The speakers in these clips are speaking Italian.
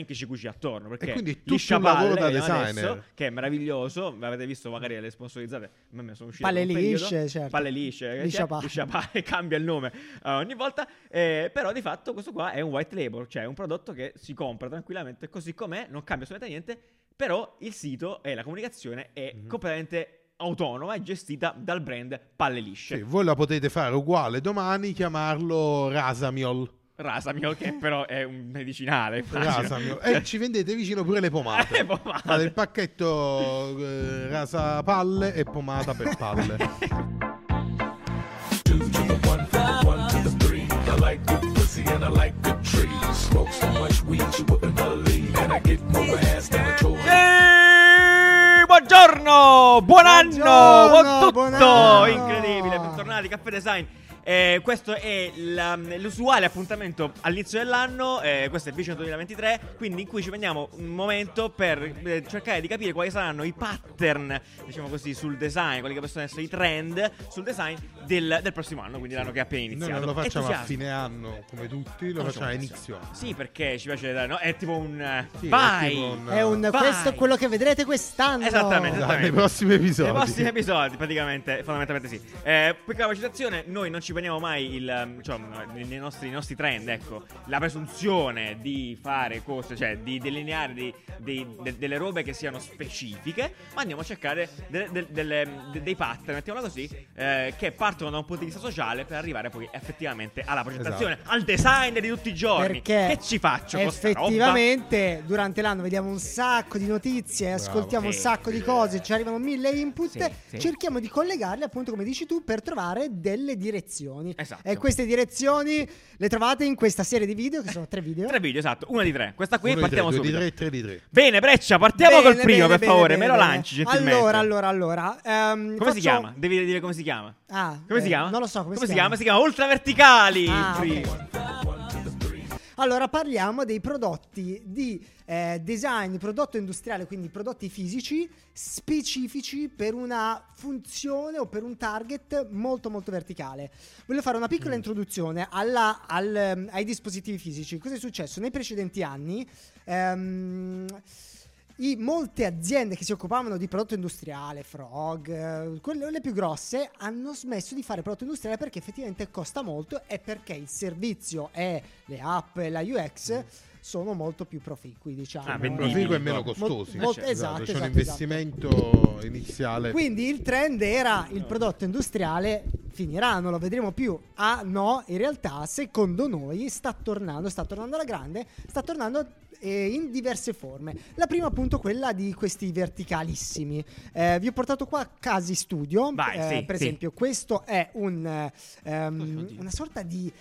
che ci cuci attorno, perché e quindi gli tutto un lavoro da vediamo designer adesso, che è meraviglioso. Avete visto magari le sponsorizzate, a me sono uscite palle per un periodo. lisce, certo. Palle lisce, Liscia cambia il nome ogni volta, però di fatto questo qua è un white label, cioè un prodotto che si compra tranquillamente così com'è, non cambia assolutamente niente, però il sito e la comunicazione è completamente autonoma e gestita dal brand Palle Lisce. sì, voi la potete fare uguale domani, chiamarlo Rasamiol, che però è un medicinale, immagino. Rasamiol. E ci vendete vicino pure le pomate. Fate il pacchetto rasa palle e pomata per palle. Buongiorno, buon anno, buon tutto, buon anno. incredibile, bentornati, Caffè Design. Questo è l'usuale appuntamento all'inizio dell'anno, questo è Vision 2023, quindi in cui ci prendiamo un momento per cercare di capire quali saranno i pattern, diciamo così, sul design, quelli che possono essere i trend sul design del prossimo anno, quindi l'anno che è appena iniziato. Noi non lo facciamo a fine anno come tutti, lo facciamo a inizio anno. Sì, perché ci piace dare, no? È tipo un Sì, vai! È un Vai. questo è quello che vedrete quest'anno. Esattamente. Nei prossimi episodi. Nei prossimi episodi, praticamente, fondamentalmente sì. Piccola precisazione, noi non ci prendiamo mai nei nostri trend, ecco, la presunzione di fare cose, cioè di delineare delle robe che siano specifiche, ma andiamo a cercare dei pattern, mettiamola così, che partono da un punto di vista sociale per arrivare poi effettivamente alla progettazione, al design di tutti i giorni. Perché che ci faccio con sta roba? effettivamente durante l'anno vediamo un sacco di notizie, ascoltiamo un Sì, sacco di cose, ci arrivano 1000 input, Sì. cerchiamo di collegarli appunto come dici tu per trovare delle direzioni. Esatto. E queste direzioni le trovate in questa serie di video, che sono 3 video. 3 video, esatto, una di 3. Questa qui Uno di partiamo tre, due subito. di 3, 3 di 3. Bene, Breccia, partiamo col primo, per favore, me lo bene. lanci gentilmente. Allora. Come si chiama? Devi dire come si chiama. Come si chiama? Non lo so come si chiama. Si chiama Ultra Verticali. Ah, il ok. primo. Allora parliamo dei prodotti di design, prodotto industriale, quindi prodotti fisici specifici per una funzione o per un target molto molto verticale. Voglio fare una piccola introduzione ai dispositivi fisici. Cosa è successo? Nei precedenti anni molte aziende che si occupavano di prodotto industriale, Frog, quelle più grosse, hanno smesso di fare prodotto industriale perché effettivamente costa molto e perché il servizio e le app e la UX sono molto più proficui, diciamo. Proficui e meno costosi. Esatto, c'è un investimento iniziale. Quindi il trend era il prodotto industriale finirà, non lo vedremo più. Ah no, in realtà secondo noi sta tornando alla grande, sta tornando in diverse forme. La prima appunto quella di questi verticalissimi. Vi ho portato qua casi studio. Vai, per esempio questo è una sorta di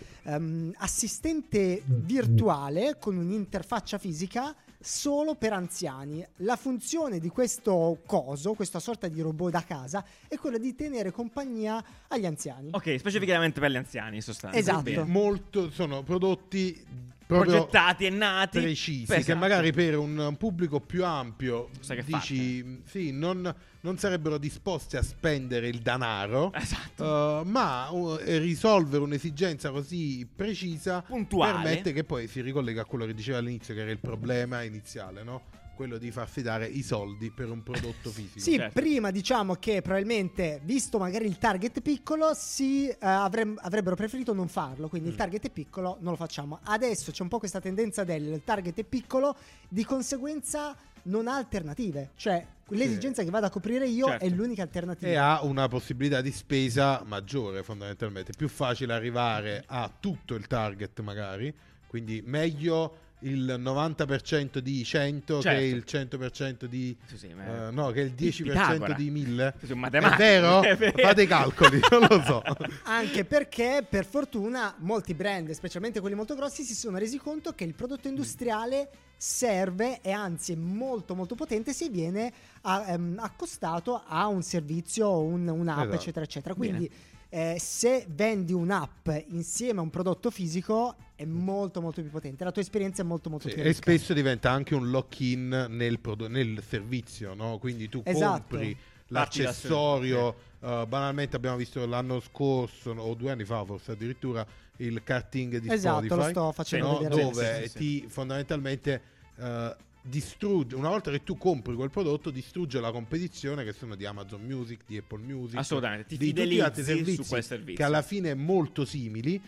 assistente virtuale con un'interfaccia fisica solo per anziani. La funzione di questo coso, questa sorta di robot da casa, è quella di tenere compagnia agli anziani. Ok, specificamente per gli anziani in sostanza. Esatto. Bene. Sono prodotti Progettati e nati precisi, esatto. che magari per un pubblico più ampio Sai che dici sì, non sarebbero disposti a spendere il denaro, esatto. ma risolvere un'esigenza così precisa puntuale permette che poi si ricollega a quello che diceva all'inizio, che era il problema iniziale, no? Quello di farsi dare i soldi per un prodotto fisico. Sì, certo. Prima diciamo che probabilmente, visto magari il target piccolo, avrebbero preferito non farlo, quindi il target è piccolo, non lo facciamo. Adesso c'è un po' questa tendenza del target è piccolo, di conseguenza non ha alternative, cioè l'esigenza che vado a coprire io certo. è l'unica alternativa. E ha una possibilità di spesa maggiore, fondamentalmente. È più facile arrivare a tutto il target magari, quindi meglio il 90% di 100 certo. che il 100% di no, che il 10% Pitagora. di 1000. È vero? Fate i calcoli, non lo so. Anche perché per fortuna molti brand, specialmente quelli molto grossi, si sono resi conto che il prodotto industriale serve e anzi è molto molto potente se viene accostato a un servizio o un'app, esatto. eccetera eccetera. Quindi se vendi un'app insieme a un prodotto fisico è molto molto più potente, la tua esperienza è molto molto più e ricca. spesso diventa anche un lock-in nel servizio, no? Quindi tu compri l'accessorio, banalmente abbiamo visto l'anno scorso o 2 anni fa forse addirittura il karting di esatto, Spotify, lo sto facendo no? vedere Dove sì. fondamentalmente distrugge, una volta che tu compri quel prodotto, distrugge la competizione che sono di Amazon Music, di Apple Music, Assolutamente, ti di tutti gli altri fidelizzi su servizi quel servizio. che alla fine molto simili,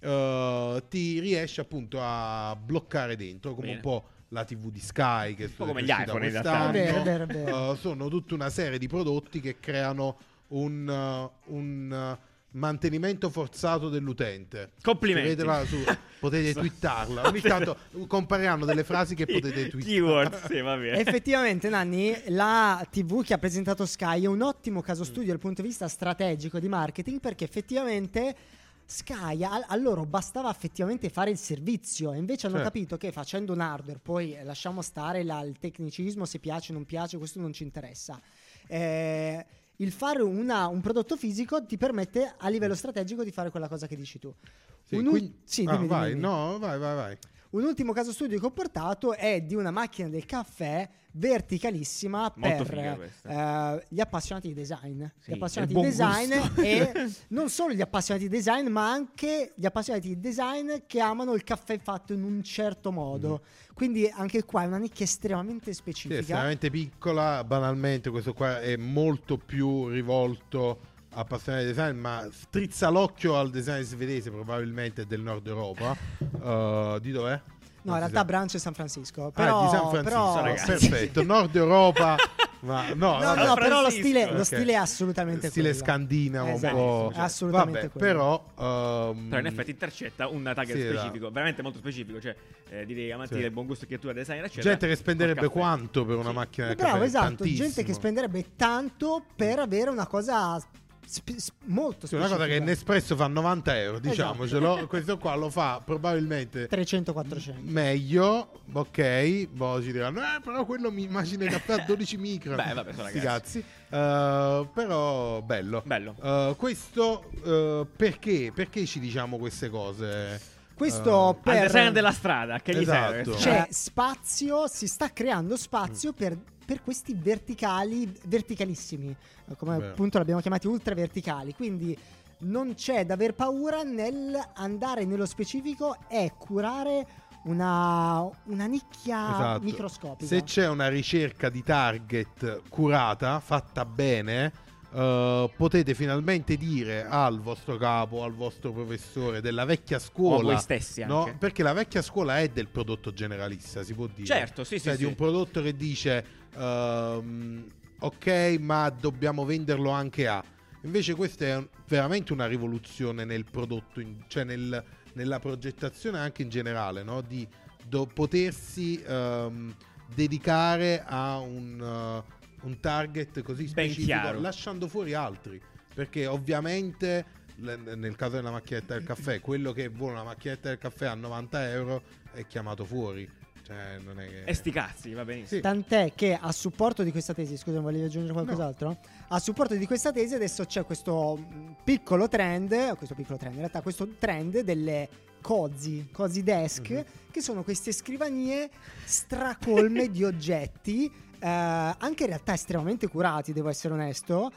ti riesce appunto a bloccare dentro, come Bene. un po' la TV di Sky, che po' come gli uscita iPhone, in quest'anno. realtà. È vero. Sono tutta una serie di prodotti che creano un mantenimento forzato dell'utente. Complimenti. Scrivetela potete twittarla. Ogni tanto compariranno delle frasi che potete twittare. Keyword, sì, va bene. Effettivamente, Nanni, la TV che ha presentato Sky è un ottimo caso studio dal punto di vista strategico di marketing, perché effettivamente Sky a loro bastava effettivamente fare il servizio, e invece hanno Certo. capito che facendo un hardware, poi lasciamo stare il tecnicismo, se piace o non piace, questo non ci interessa. Il fare un prodotto fisico ti permette a livello strategico di fare quella cosa che dici tu. Sì, Sì, dimmi, vai, dimmi. no, vai. Un ultimo caso studio che ho portato è di una macchina del caffè verticalissima Molto figa per gli appassionati di design. Sì, Gli appassionati del di buon design gusto. e non solo gli appassionati di design, ma anche gli appassionati di design che amano il caffè fatto in un certo modo. Quindi anche qua è una nicchia estremamente Sì, specifica. è estremamente piccola, banalmente questo qua è molto più rivolto a appassionati di design, ma strizza l'occhio al design svedese, probabilmente del nord Europa. Di dov'è? No, in realtà branch è San Francisco. Però, Di San Francisco, però- ragazzi. perfetto. Nord Europa, ma no, No, vabbè. no, però lo Francisco, stile, ok. lo stile è assolutamente stile quello. scandinavo Esatto, un po'. è assolutamente Vabbè, quello. però Però in effetti intercetta un target sì, specifico, veramente molto specifico. Cioè, direi amanti Sì. del buon gusto che tu designer, eccetera. gente che spenderebbe col caffè. quanto per una macchina del Bravo, caffè? esatto, Tantissimo. gente che spenderebbe tanto per avere una cosa molto Sì, una cosa che specifica. Nespresso fa 90 euro, Esatto. diciamocelo. Questo qua lo fa probabilmente 300-400. meglio. Ok, boh, ci diranno, però quello mi immagino il caffè a 12 micron. Beh, vabbè, sono Sti ragazzi. cazzi. Però bello. Questo perché ci diciamo queste cose? Questo Al per design della strada, che gli Esatto. serve? c'è spazio, si sta creando spazio per questi verticalissimi, come Beh. appunto l'abbiamo chiamati ultra verticali. Quindi non c'è da aver paura nel andare nello specifico e curare una nicchia Esatto. microscopica. Se c'è una ricerca di target curata, fatta bene, potete finalmente dire al vostro capo, al vostro professore della vecchia O scuola, voi stessi no? anche. Perché la vecchia scuola è del prodotto generalista, si può dire. Certo, sì, Cioè sì, di sì. un prodotto che dice ok, ma dobbiamo venderlo anche a. Invece questa è veramente una rivoluzione nel prodotto, cioè nella progettazione anche in generale, no? Di potersi dedicare a un target così Ben specifico, chiaro. lasciando fuori altri. Perché ovviamente nel caso della macchinetta del caffè, quello che vuole una macchinetta del caffè a 90 euro è chiamato fuori. Cioè, non è che... E sti cazzi, va benissimo. Sì. Tant'è che a supporto di questa tesi, scusa, volevi aggiungere qualcos'altro? A supporto di questa tesi adesso c'è questo piccolo trend, in realtà questo trend delle cozy desk, che sono queste scrivanie stracolme di oggetti, anche in realtà estremamente curati, devo essere onesto,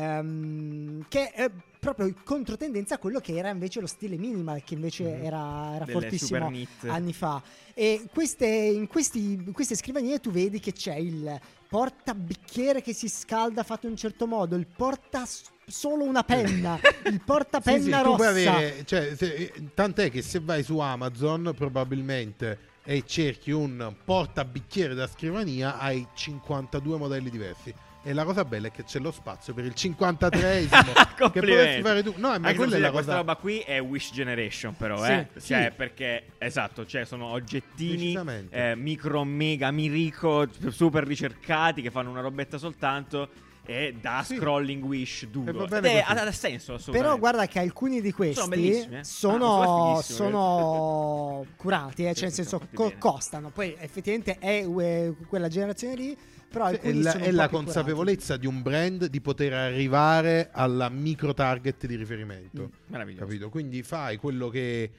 che è proprio in controtendenza a quello che era invece lo stile minimal, che invece era Delle fortissimo super neat. anni fa. E in queste scrivanie tu vedi che c'è il portabicchiere che si scalda fatto in un certo modo, il solo una penna, il portapenna Sì, tu puoi rossa. avere, cioè, tant'è che se vai su Amazon probabilmente e cerchi un portabicchiere da scrivania hai 52 modelli diversi. E la cosa bella è che c'è lo spazio per il 53esimo che potresti fare tu. No, ma Anche quella è la questa cosa. roba qui è Wish Generation, però, Sì, cioè, sì. perché esatto, cioè sono oggettini Decisamente. micro, mega, mirico, super ricercati che fanno una robetta soltanto e da Sì. scrolling Wish E duro. va Ed bene è, così. ha senso, assolutamente. Però guarda che alcuni di questi Sono bellissimi, eh. sono Sono curati, cioè nel sì, senso sono fatti bene. costano. Poi effettivamente è quella generazione lì, però alcuni sono È un la po' più consapevolezza di un brand di poter arrivare alla micro target di riferimento. Meraviglioso. Capito? Quindi fai quello che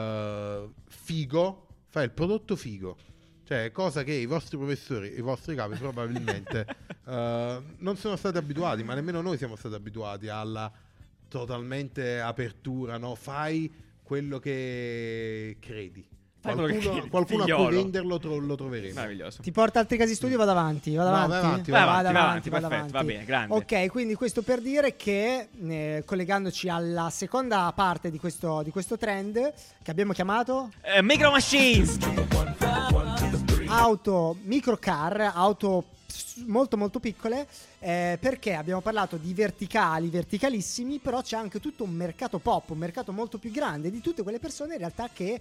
figo, fai il prodotto figo. Cioè, cosa che i vostri professori, i vostri capi probabilmente non sono stati abituati, ma nemmeno noi siamo stati abituati alla totalmente apertura, no? Fai quello che credi. Qualcuno a cui venderlo lo troveremo. Meraviglioso. Ti porta altri casi studio? Vado avanti. Vai avanti, perfetto, va bene, grande. Ok, quindi questo per dire che collegandoci alla seconda parte di questo trend che abbiamo chiamato Micro Machines. Microcar, auto molto molto piccole, perché abbiamo parlato di verticalissimi, però c'è anche tutto un mercato pop, un mercato molto più grande di tutte quelle persone in realtà che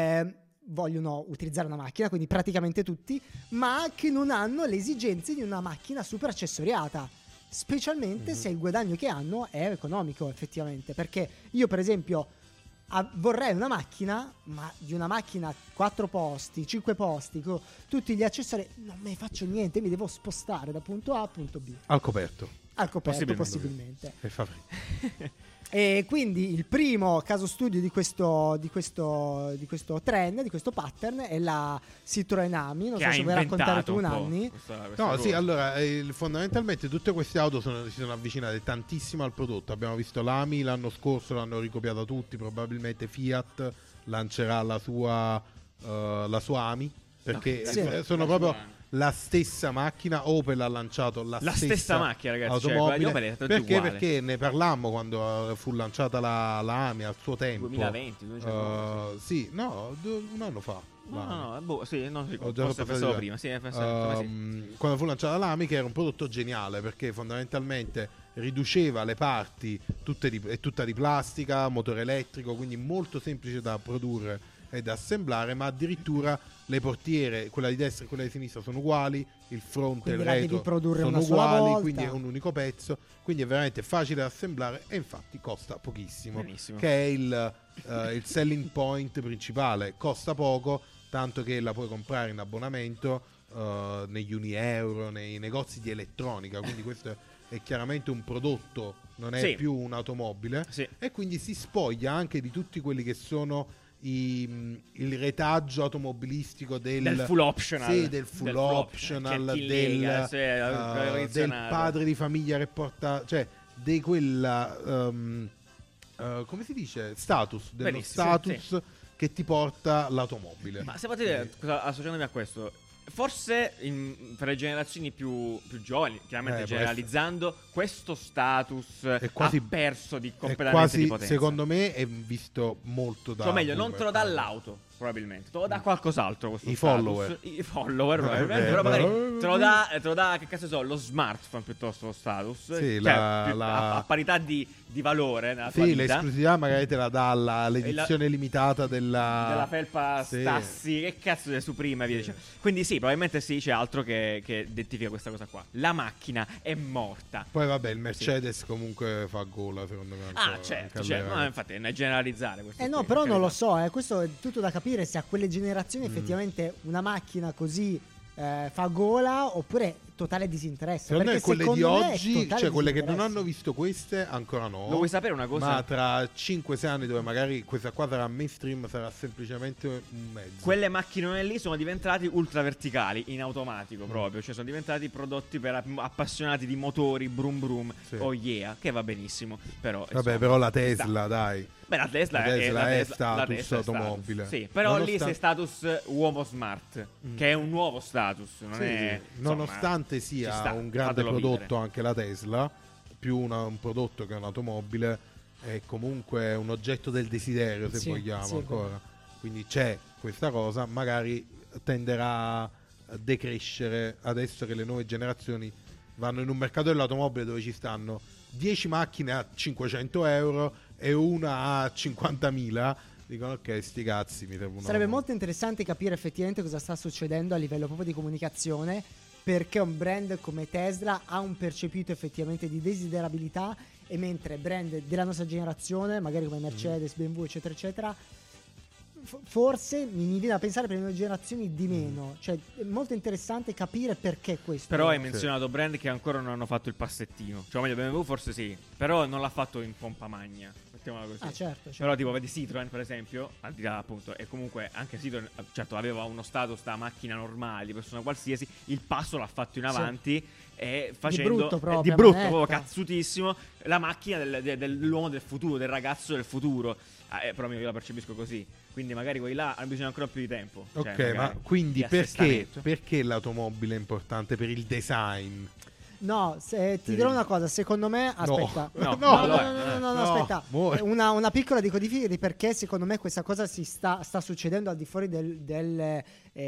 vogliono utilizzare una macchina, quindi praticamente tutti, ma che non hanno le esigenze di una macchina super accessoriata, specialmente se il guadagno che hanno è economico effettivamente, perché io per esempio vorrei una macchina, ma di una macchina 4 posti, 5 posti, con tutti gli accessori, non me ne faccio niente, mi devo spostare da punto A a punto B. Al coperto Possibilmente. E fa freddo. E quindi il primo caso studio di questo trend, di questo pattern, è la Citroën Ami. Non so se vuoi raccontare tu, Nanni. Sì, allora fondamentalmente tutte queste auto si sono avvicinate tantissimo al prodotto. Abbiamo visto l'Ami l'anno scorso, l'hanno ricopiata tutti. Probabilmente Fiat lancerà la sua Ami, perché sono proprio la stessa macchina. Opel ha lanciato la stessa macchina, ragazzi, automobile, Opel è perché ne parlammo quando fu lanciata la Ami al suo tempo 2020 sì, no, un anno fa. Sì, non ricordo, forse pensavo prima, sì. Quando fu lanciata l'Ami, che era un prodotto geniale perché fondamentalmente riduceva le parti è tutta di plastica, motore elettrico, quindi molto semplice da produrre e da assemblare, ma addirittura le portiere, quella di destra e quella di sinistra, sono uguali, il fronte e il retro sono uguali, quindi è un unico pezzo, quindi è veramente facile da assemblare e infatti costa pochissimo. Benissimo. Che è il selling point principale, costa poco, tanto che la puoi comprare in abbonamento negli Unieuro, nei negozi di elettronica, quindi questo è chiaramente un prodotto, non è più un'automobile, e quindi si spoglia anche di tutti quelli che sono il retaggio automobilistico del full optional, del padre di famiglia che porta, cioè di quella come si dice, status, dello status che ti porta l'automobile. Ma se potete, associandomi a questo, forse per le generazioni più giovani, chiaramente generalizzando, questo status ha perso completamente di potenza. Secondo me è visto molto da, cioè meglio, non te lo dà l'auto, probabilmente te lo dà qualcos'altro, questo i follower probabilmente, però magari te lo dà che cazzo so, lo smartphone piuttosto, lo status, a parità di valore nella tua vita. L'esclusività magari te la dà l'edizione limitata della felpa Stassi, che cazzo è su prima, via dicendo. Quindi probabilmente c'è altro che identifica questa cosa qua. La macchina è morta. Poi vabbè, il Mercedes comunque fa gola, secondo me. Certo. No, infatti è generalizzare questo. No, però non lo so, questo è tutto da capire se a quelle generazioni effettivamente una macchina così fa gola oppure totale disinteresse. Secondo me quelle di oggi, cioè quelle che non hanno visto queste, ancora no. Lo vuoi sapere una cosa? Ma tra 5-6 anni, dove magari questa qua sarà mainstream, sarà semplicemente un mezzo. Quelle macchinone lì sono diventati ultra verticali in automatico proprio, cioè sono diventati prodotti per appassionati di motori, brum brum, che va benissimo, però però la Tesla, dai. Beh, la Tesla è status automobile. Sì, però lì sei status uomo smart, che è un nuovo status, nonostante sia un grande prodotto anche la Tesla, più un prodotto che un'automobile, è comunque un oggetto del desiderio, se vogliamo ancora. Quindi c'è questa cosa, magari tenderà a decrescere adesso che le nuove generazioni vanno in un mercato dell'automobile dove ci stanno 10 macchine a 500 euro e una a 50.000. Dicono ok, sti cazzi, mi serve una. Sarebbe molto interessante capire effettivamente cosa sta succedendo a livello proprio di comunicazione, perché un brand come Tesla ha un percepito effettivamente di desiderabilità, e mentre brand della nostra generazione, magari come Mercedes, BMW eccetera eccetera, forse mi viene a pensare per le nuove generazioni di meno. Cioè è molto interessante capire perché questo. Però hai menzionato brand che ancora non hanno fatto il passettino. Cioè meglio BMW forse sì, però non l'ha fatto in pompa magna. mettiamola così. Certo. Però tipo vedi Citroen per esempio, al di là appunto, e comunque anche Citroen certo aveva uno status da macchina normale di persona qualsiasi, il passo l'ha fatto in avanti e facendo brutto proprio, di brutto, manetta. proprio cazzutissimo, la macchina dell'uomo del futuro, del ragazzo del futuro. Però io la percepisco così. Quindi magari quelli là hanno bisogno ancora più di tempo. Ok, cioè, ma quindi di perché, assestamento. perché l'automobile è importante? Per il design? No, ti dirò una cosa, secondo me, aspetta. No, No, no, aspetta. amore. Una piccola decodifica di perché secondo me questa cosa sta succedendo al di fuori del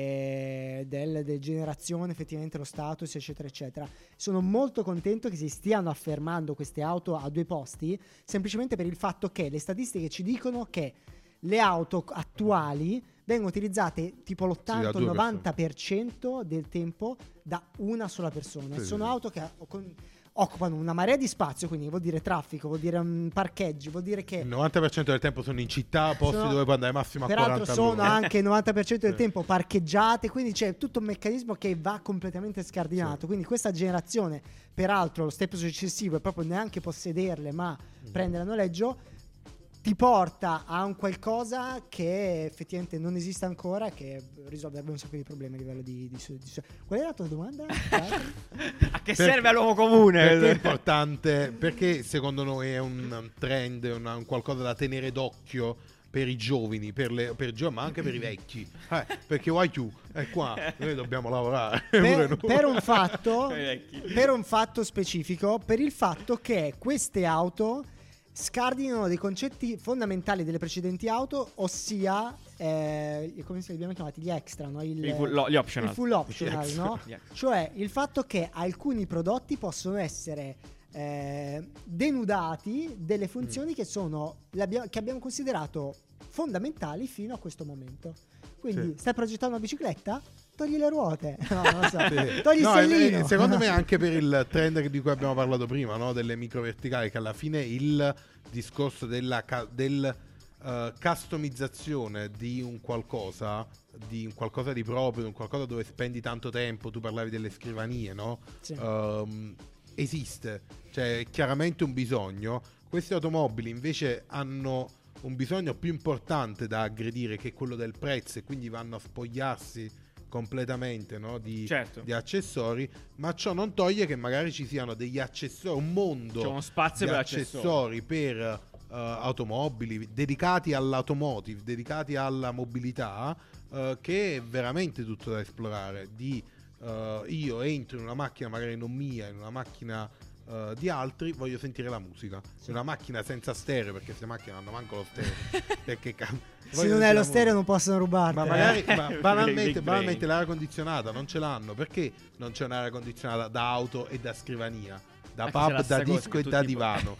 generazione, effettivamente lo status, eccetera, eccetera. Sono molto contento che si stiano affermando queste auto a 2 posti, semplicemente per il fatto che le statistiche ci dicono che le auto attuali vengono utilizzate tipo da 2 l'80-90% del tempo da una sola persona. Sì, Sono sì. auto che occupano una marea di spazio, quindi vuol dire traffico, vuol dire parcheggi, vuol dire che Il 90% del tempo sono in città, posti sono- dove puoi andare massimo a 40 peraltro sono all'ora. anche il 90% del Sì. tempo parcheggiate, quindi c'è tutto un meccanismo che va completamente scardinato. Sì. Quindi questa generazione, peraltro lo step successivo è proprio neanche possederle ma prendere a noleggio, ti porta a un qualcosa che effettivamente non esiste ancora, che risolverebbe un sacco di problemi a livello di Qual è la tua domanda? A che serve all'uomo comune? Perché è importante? Perché secondo noi è un trend, un qualcosa da tenere d'occhio per i giovani, per i giovani, ma anche per i vecchi. Perché vuoi tu? È qua, noi dobbiamo lavorare. Pure noi. per un fatto specifico, per il fatto che queste auto scardinano dei concetti fondamentali delle precedenti auto, ossia come li abbiamo chiamati, gli extra, no? Gli optional. Il full optional, no? Gli extra. Cioè il fatto che alcuni prodotti possono essere denudati delle funzioni che che abbiamo considerato fondamentali fino a questo momento. Quindi Sì. stai progettando una bicicletta? Togli le ruote, no, non lo so. Sì. Togli il No, sellino. secondo me anche per il trend di cui abbiamo parlato prima, no? Delle micro verticali, che alla fine il discorso del customizzazione di un qualcosa di proprio, di un qualcosa dove spendi tanto tempo. Tu parlavi delle scrivanie, no? Sì. Esiste, cioè è chiaramente un bisogno. Queste automobili invece hanno un bisogno più importante da aggredire, che è quello del prezzo, e quindi vanno a spogliarsi completamente, no, di accessori, ma ciò non toglie che magari ci siano degli accessori, un mondo C'è uno spazio di per accessori per automobili dedicati all'automotive, dedicati alla mobilità, che è veramente tutto da esplorare. Io entro in una macchina magari non mia, in una macchina di altri, voglio sentire la musica. Sì. Una macchina senza stereo, perché queste macchine non hanno manco lo stereo. Perché se non è lo stereo non possono rubarti. Ma magari banalmente l'aria condizionata non ce l'hanno. Perché non c'è un'aria condizionata da auto e da scrivania, da pub, da disco e da divano?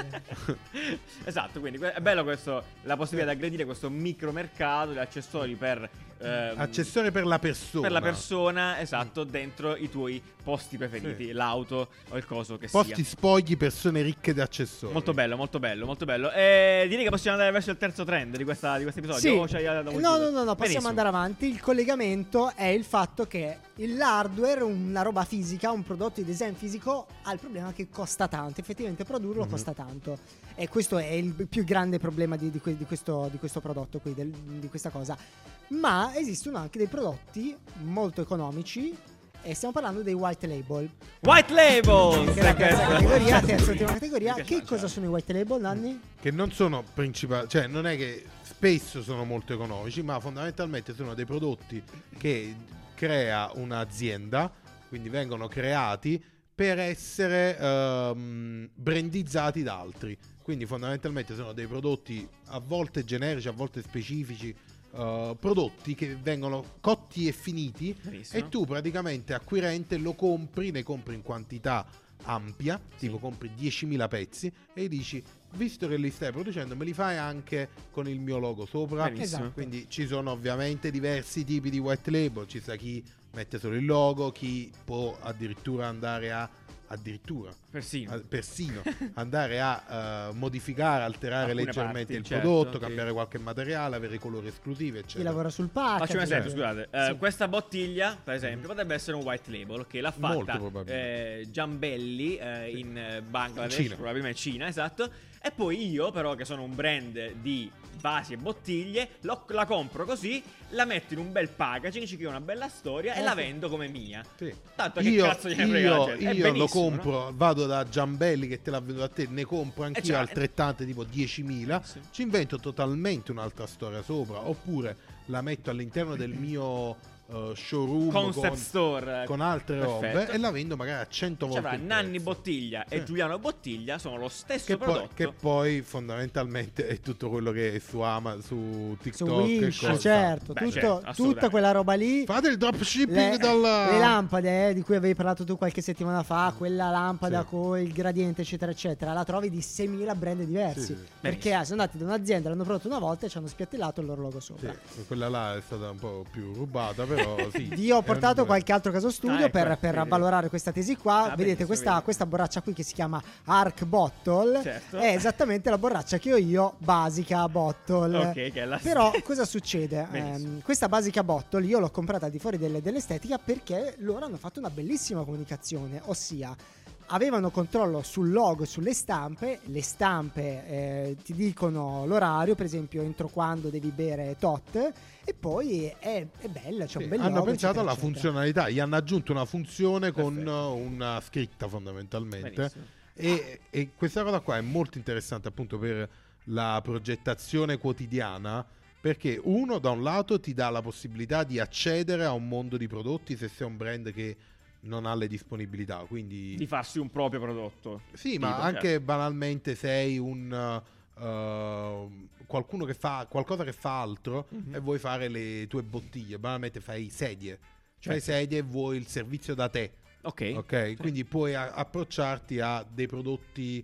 Esatto, quindi è bello questo, la possibilità di aggredire questo micromercato di accessori per accessori per la persona. Per la persona, esatto, dentro i tuoi posti preferiti, sì. L'auto o il coso che posti sia. Spogli, persone ricche di accessori. Molto bello, molto bello, molto bello. Direi che possiamo andare verso il terzo trend di questo episodio. Sì. No, possiamo Benissimo. andare avanti. Il collegamento è il fatto che l'hardware, una roba fisica, un prodotto di design fisico, ha il problema che costa tanto. Effettivamente produrlo costa tanto. E questo è il più grande problema di questo prodotto qui, di questa cosa. Ma esistono anche dei prodotti molto economici, e stiamo parlando dei white label. White label! Che è la terza ultima categoria. Che cosa sono i white label, Nanni? Che non sono principali, cioè non è che spesso sono molto economici, ma fondamentalmente sono dei prodotti che crea un'azienda, quindi vengono creati per essere brandizzati da altri. Quindi fondamentalmente sono dei prodotti a volte generici, a volte specifici, prodotti che vengono cotti e finiti. Benissimo. E tu praticamente acquirente lo compri, ne compri in quantità ampia, tipo compri 10.000 pezzi e dici: visto che li stai producendo, me li fai anche con il mio logo sopra. Esatto. Quindi ci sono ovviamente diversi tipi di white label. Ci sta chi mette solo il logo, chi può addirittura andare a addirittura persino andare a modificare, alterare alcune leggermente parti, il certo, prodotto, sì. cambiare qualche materiale, avere colori esclusivi, Chi eccetera. lavora sul packaging. Faccio un esempio, scusate. Sì. Questa bottiglia, per esempio, potrebbe essere un white label che l'ha Molto fatta probabilmente. Giambelli in Bangladesh, Cina. probabilmente Cina, esatto. E poi io, però, che sono un brand di vasi e bottiglie, la compro così, la metto in un bel packaging, ci creo una bella storia e la vendo come mia. Sì. Tanto che cazzo gliene frega la gente? È Io lo benissimo, compro, no? vado da Giambelli che te l'ha venduto a te, ne compro anch'io cioè, altrettante, tipo 10.000, sì. ci invento totalmente un'altra storia sopra, oppure la metto all'interno del mio showroom Concept store con altre perfetto. robe e la vendo magari a 100 Ci volte avrà il Nanni prezzo. Bottiglia e Sì. Giuliano Bottiglia, sono lo stesso che poi, prodotto. che poi fondamentalmente è tutto quello che è su Amazon, su Su TikTok e Wish, cosa. certo, Beh, tutto- certo, tutta assolutamente. quella roba lì. Fate il dropshipping Le lampade di cui avevi parlato tu qualche settimana fa, quella lampada Sì. con il gradiente eccetera eccetera, la trovi di 6.000 brand diversi, Sì, sì. perché sono andati da un'azienda, l'hanno prodotto una volta e ci hanno spiattellato il loro logo sopra. Sì, quella là è stata un po' più rubata, però sì. Io ho portato È un- qualche altro caso studio Ah, ecco, per vedi. avvalorare questa tesi qua. Vedete benissimo, questa, vedi. questa borraccia qui che si chiama Arc Bottle, Certo. è esattamente la borraccia che ho io, basica bottle. Ok, che è la Però cosa succede? Benissimo. Questa basica bottle io l'ho comprata al di fuori dell'estetica perché loro hanno fatto una bellissima comunicazione, ossia avevano controllo sul logo e sulle stampe. Le stampe ti dicono l'orario, per esempio entro quando devi bere tot, e poi è bella, c'è Sì, un bel hanno logo, pensato eccetera, alla eccetera. funzionalità, gli hanno aggiunto una funzione con Perfetto. una scritta fondamentalmente. Benissimo. E questa cosa qua è molto interessante appunto per la progettazione quotidiana, perché uno da un lato ti dà la possibilità di accedere a un mondo di prodotti se sei un brand che non ha le disponibilità, quindi di farsi un proprio prodotto. sì, Tipo, ma anche certo. banalmente sei un qualcuno che fa qualcosa che fa altro Mhm. e vuoi fare le tue bottiglie, banalmente fai sedie, Certo. fai sedie e vuoi il servizio da te, Ok. ok? Sì. Quindi puoi approcciarti a dei prodotti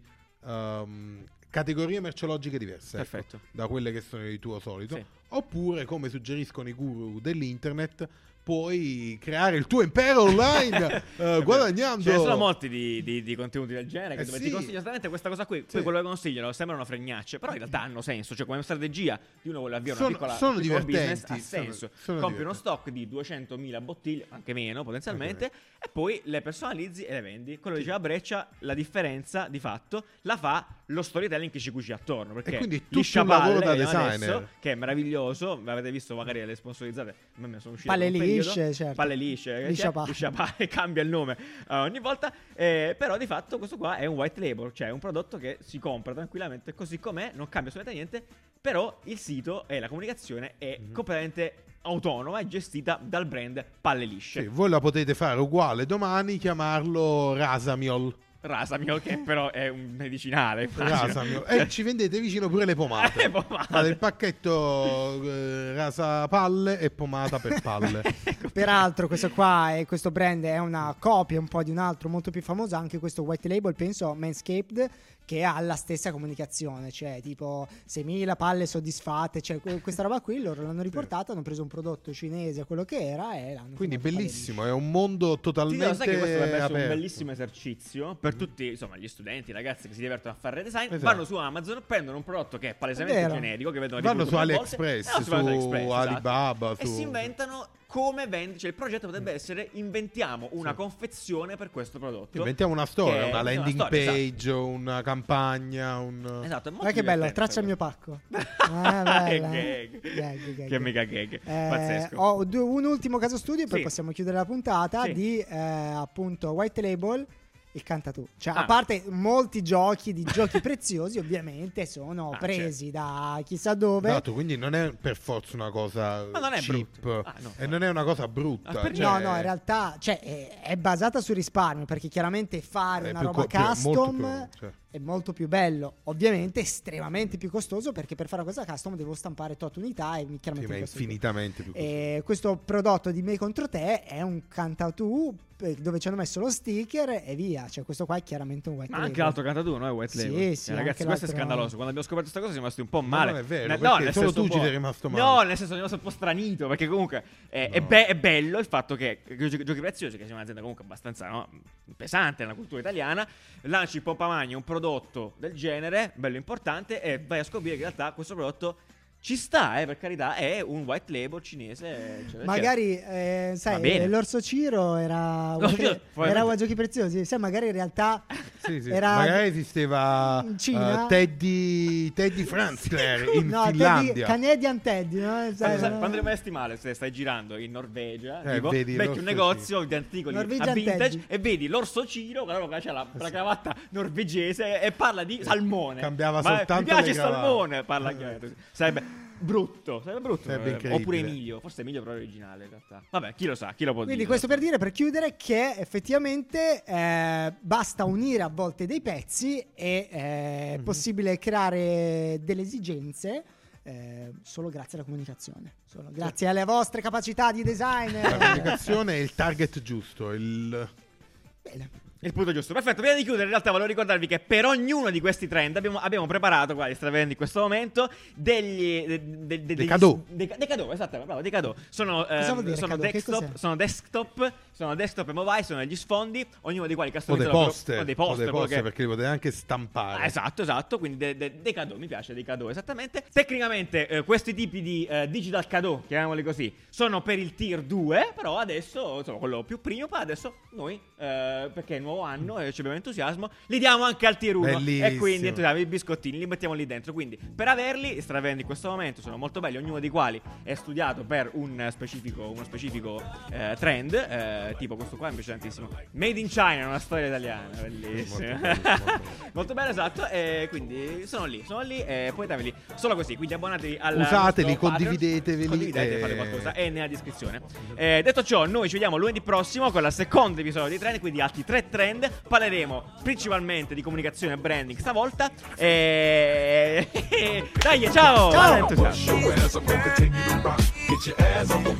categorie merceologiche diverse, ecco, Perfetto. da quelle che sono il tuo solito, Sì. oppure come suggeriscono i guru dell'internet puoi creare il tuo impero online guadagnando. Ce ne sono molti di contenuti del genere che dove Sì. ti consiglio esattamente questa cosa qui. Sì. Poi quello che consigliano sembrano fregnacce, però in realtà hanno senso. Cioè, come strategia di uno vuole avviare Sono- una piccola sono un piccolo business, divertenti, ha senso. sono Compri uno divertenti. stock di 200.000 bottiglie, anche meno potenzialmente, e poi le personalizzi e le vendi. Quello che diceva Breccia, la differenza di fatto la fa lo storytelling che ci cuci attorno. Perché E quindi gli tutto un sciaballe lavoro da che vediamo designer. adesso, che è meraviglioso, avete visto magari le sponsorizzate, a me sono uscite Palle in un periodo. lisce, certo. Palle lisce, Liscia pa- cambia il nome ogni volta, però di fatto questo qua è un white label, cioè un prodotto che si compra tranquillamente così com'è, non cambia assolutamente niente, però il sito e la comunicazione è completamente autonoma e gestita dal brand Palle Lisce. Sì, voi la potete fare uguale domani, chiamarlo Rasamiol. Rasamio, che però è un medicinale, immagino. Rasamiol. E ci vendete vicino pure le pomate. Le pomate. Fate il pacchetto rasa palle e pomata per palle. Peraltro questo qua questo brand è una copia un po' di un altro molto più famoso, anche questo white label, penso Manscaped, che ha la stessa comunicazione, cioè tipo 6.000 palle soddisfatte, cioè questa roba qui loro l'hanno riportata, hanno preso un prodotto cinese, quello che era, e l'hanno Quindi chiamato bellissimo, è un mondo Ti totalmente dico, sai che questo dovrebbe essere un aperto. bellissimo esercizio per tutti, insomma, gli studenti, i ragazzi che si divertono a fare design. Esatto. Vanno su Amazon, prendono un prodotto che è palesemente È vero. generico, che vedono Vanno ripetuto su più volte, AliExpress, e vanno su AliExpress, esatto. Alibaba, e su- si inventano come vendi, cioè il progetto potrebbe essere inventiamo una confezione per questo prodotto. Inventiamo una storia, che- una landing storia, page, una campagna, Esatto, è molto Guarda che bello, divertente traccia il questa mio pacco. cosa. Bella. Gag. Gag. Che mega gag, pazzesco. Ho un ultimo caso studio e poi Sì. possiamo chiudere la puntata Sì. di appunto white label. Il canta tu, cioè Ah. a parte molti giochi di giochi preziosi ovviamente sono Ah, presi da chissà dove. Esatto, quindi non è per forza una cosa Ma non è cheap brutto. Ah, no. e non è una cosa brutta. Ah, perché? cioè, No, in realtà cioè, è basata sul risparmio, perché chiaramente fare è una più roba molto custom più, cioè. è molto più bello, ovviamente estremamente più costoso, perché per fare una cosa custom devo stampare tot unità e chiaramente Sì, ma è costa infinitamente più costoso. E questo prodotto di Me contro te è un Cantatù dove ci hanno messo lo sticker e via, cioè questo qua è chiaramente un white Ma label. anche l'altro Cantatù, no? È white Sì, label. sì, Ragazzi, anche questo è l'altro- scandaloso. Quando abbiamo scoperto questa cosa siamo rimasti un po' Ma male. non è vero, No, perché nel solo senso tu un ci po'- sei rimasto male. No, nel senso sono rimasto un po' stranito, perché comunque è bello il fatto che Giochi Preziosi, che sia un'azienda comunque abbastanza, no, pesante nella cultura italiana, lanci Pompa Magna un prodotto del genere, bello importante, e vai a scoprire che in realtà questo prodotto ci sta, per carità, è un white label cinese. Eccetera, Magari Va sai, bene. l'Orso Ciro era L'Orso Ciro, era probabilmente- Giochi Preziosi, sai, magari in realtà Sì, sì. era Magari esisteva in Cina? Teddy Franzler in no, Finlandia. Canadian Teddy, no? Sai, Quando rimasti male, se stai girando in Norvegia, tipo, vedi becchi l'orso un negozio di articoli Norwegian a vintage Teddy. e vedi l'orso Ciro, quello che c'ha la cravatta norvegese e parla di salmone. Cambiava Ma soltanto mi piace le il cravatte. salmone, parla chiaramente. Sarebbe brutto. Sarebbe incredibile. Oppure Emilio, forse Emilio però è originale in realtà. Vabbè, chi lo sa, chi lo può Quindi dire. questo per dire, per chiudere, che effettivamente basta unire a volte dei pezzi e è possibile creare delle esigenze solo grazie alla comunicazione, solo grazie alle vostre capacità di design. La comunicazione è il target giusto. Bene. Il punto giusto. Perfetto, prima di chiudere in realtà volevo ricordarvi che per ognuno di questi trend abbiamo preparato, qua li state vedendo in questo momento, dei cadeau. Dei cadeau, esatto, bravo, dei cadeau. Sono, Cosa vuol dire sono cadeau? Che cos'è? sono desktop e mobile, sono degli sfogli, ognuno dei quali O dei customizzano poster. dei poster, quello che- Perché li potete anche stampare. Esatto, quindi dei cadeau, mi piace, dei cadeau, esattamente. Tecnicamente questi tipi di digital cadeau, chiamiamoli così, sono per il tier 2, però adesso, insomma, quello più primo, poi adesso noi, perché è nuovo anno e ci abbiamo entusiasmo, li diamo anche al tier 1. Bellissimo. E quindi entusiasmo, i biscottini li mettiamo lì dentro. Quindi per averli, li state avendo in questo momento, sono molto belli, ognuno dei quali è studiato per uno specifico trend, tipo questo qua mi piace tantissimo. Made in China, una storia italiana, bellissima. Molto bello. Molto bello, esatto. E quindi sono lì e poi dateli solo così. Quindi abbonatevi al Usateli, nostro Patreon. condivideteveli, Condividete, fate qualcosa. È nella descrizione. Detto ciò, noi ci vediamo lunedì prossimo con il secondo episodio di Trend. Quindi altri 3 trend. Parleremo principalmente di comunicazione e branding stavolta. Dai, ciao! Ciao! Buon entusiasmo. Your ass, I'm gonna continue to rock. Get your ass on the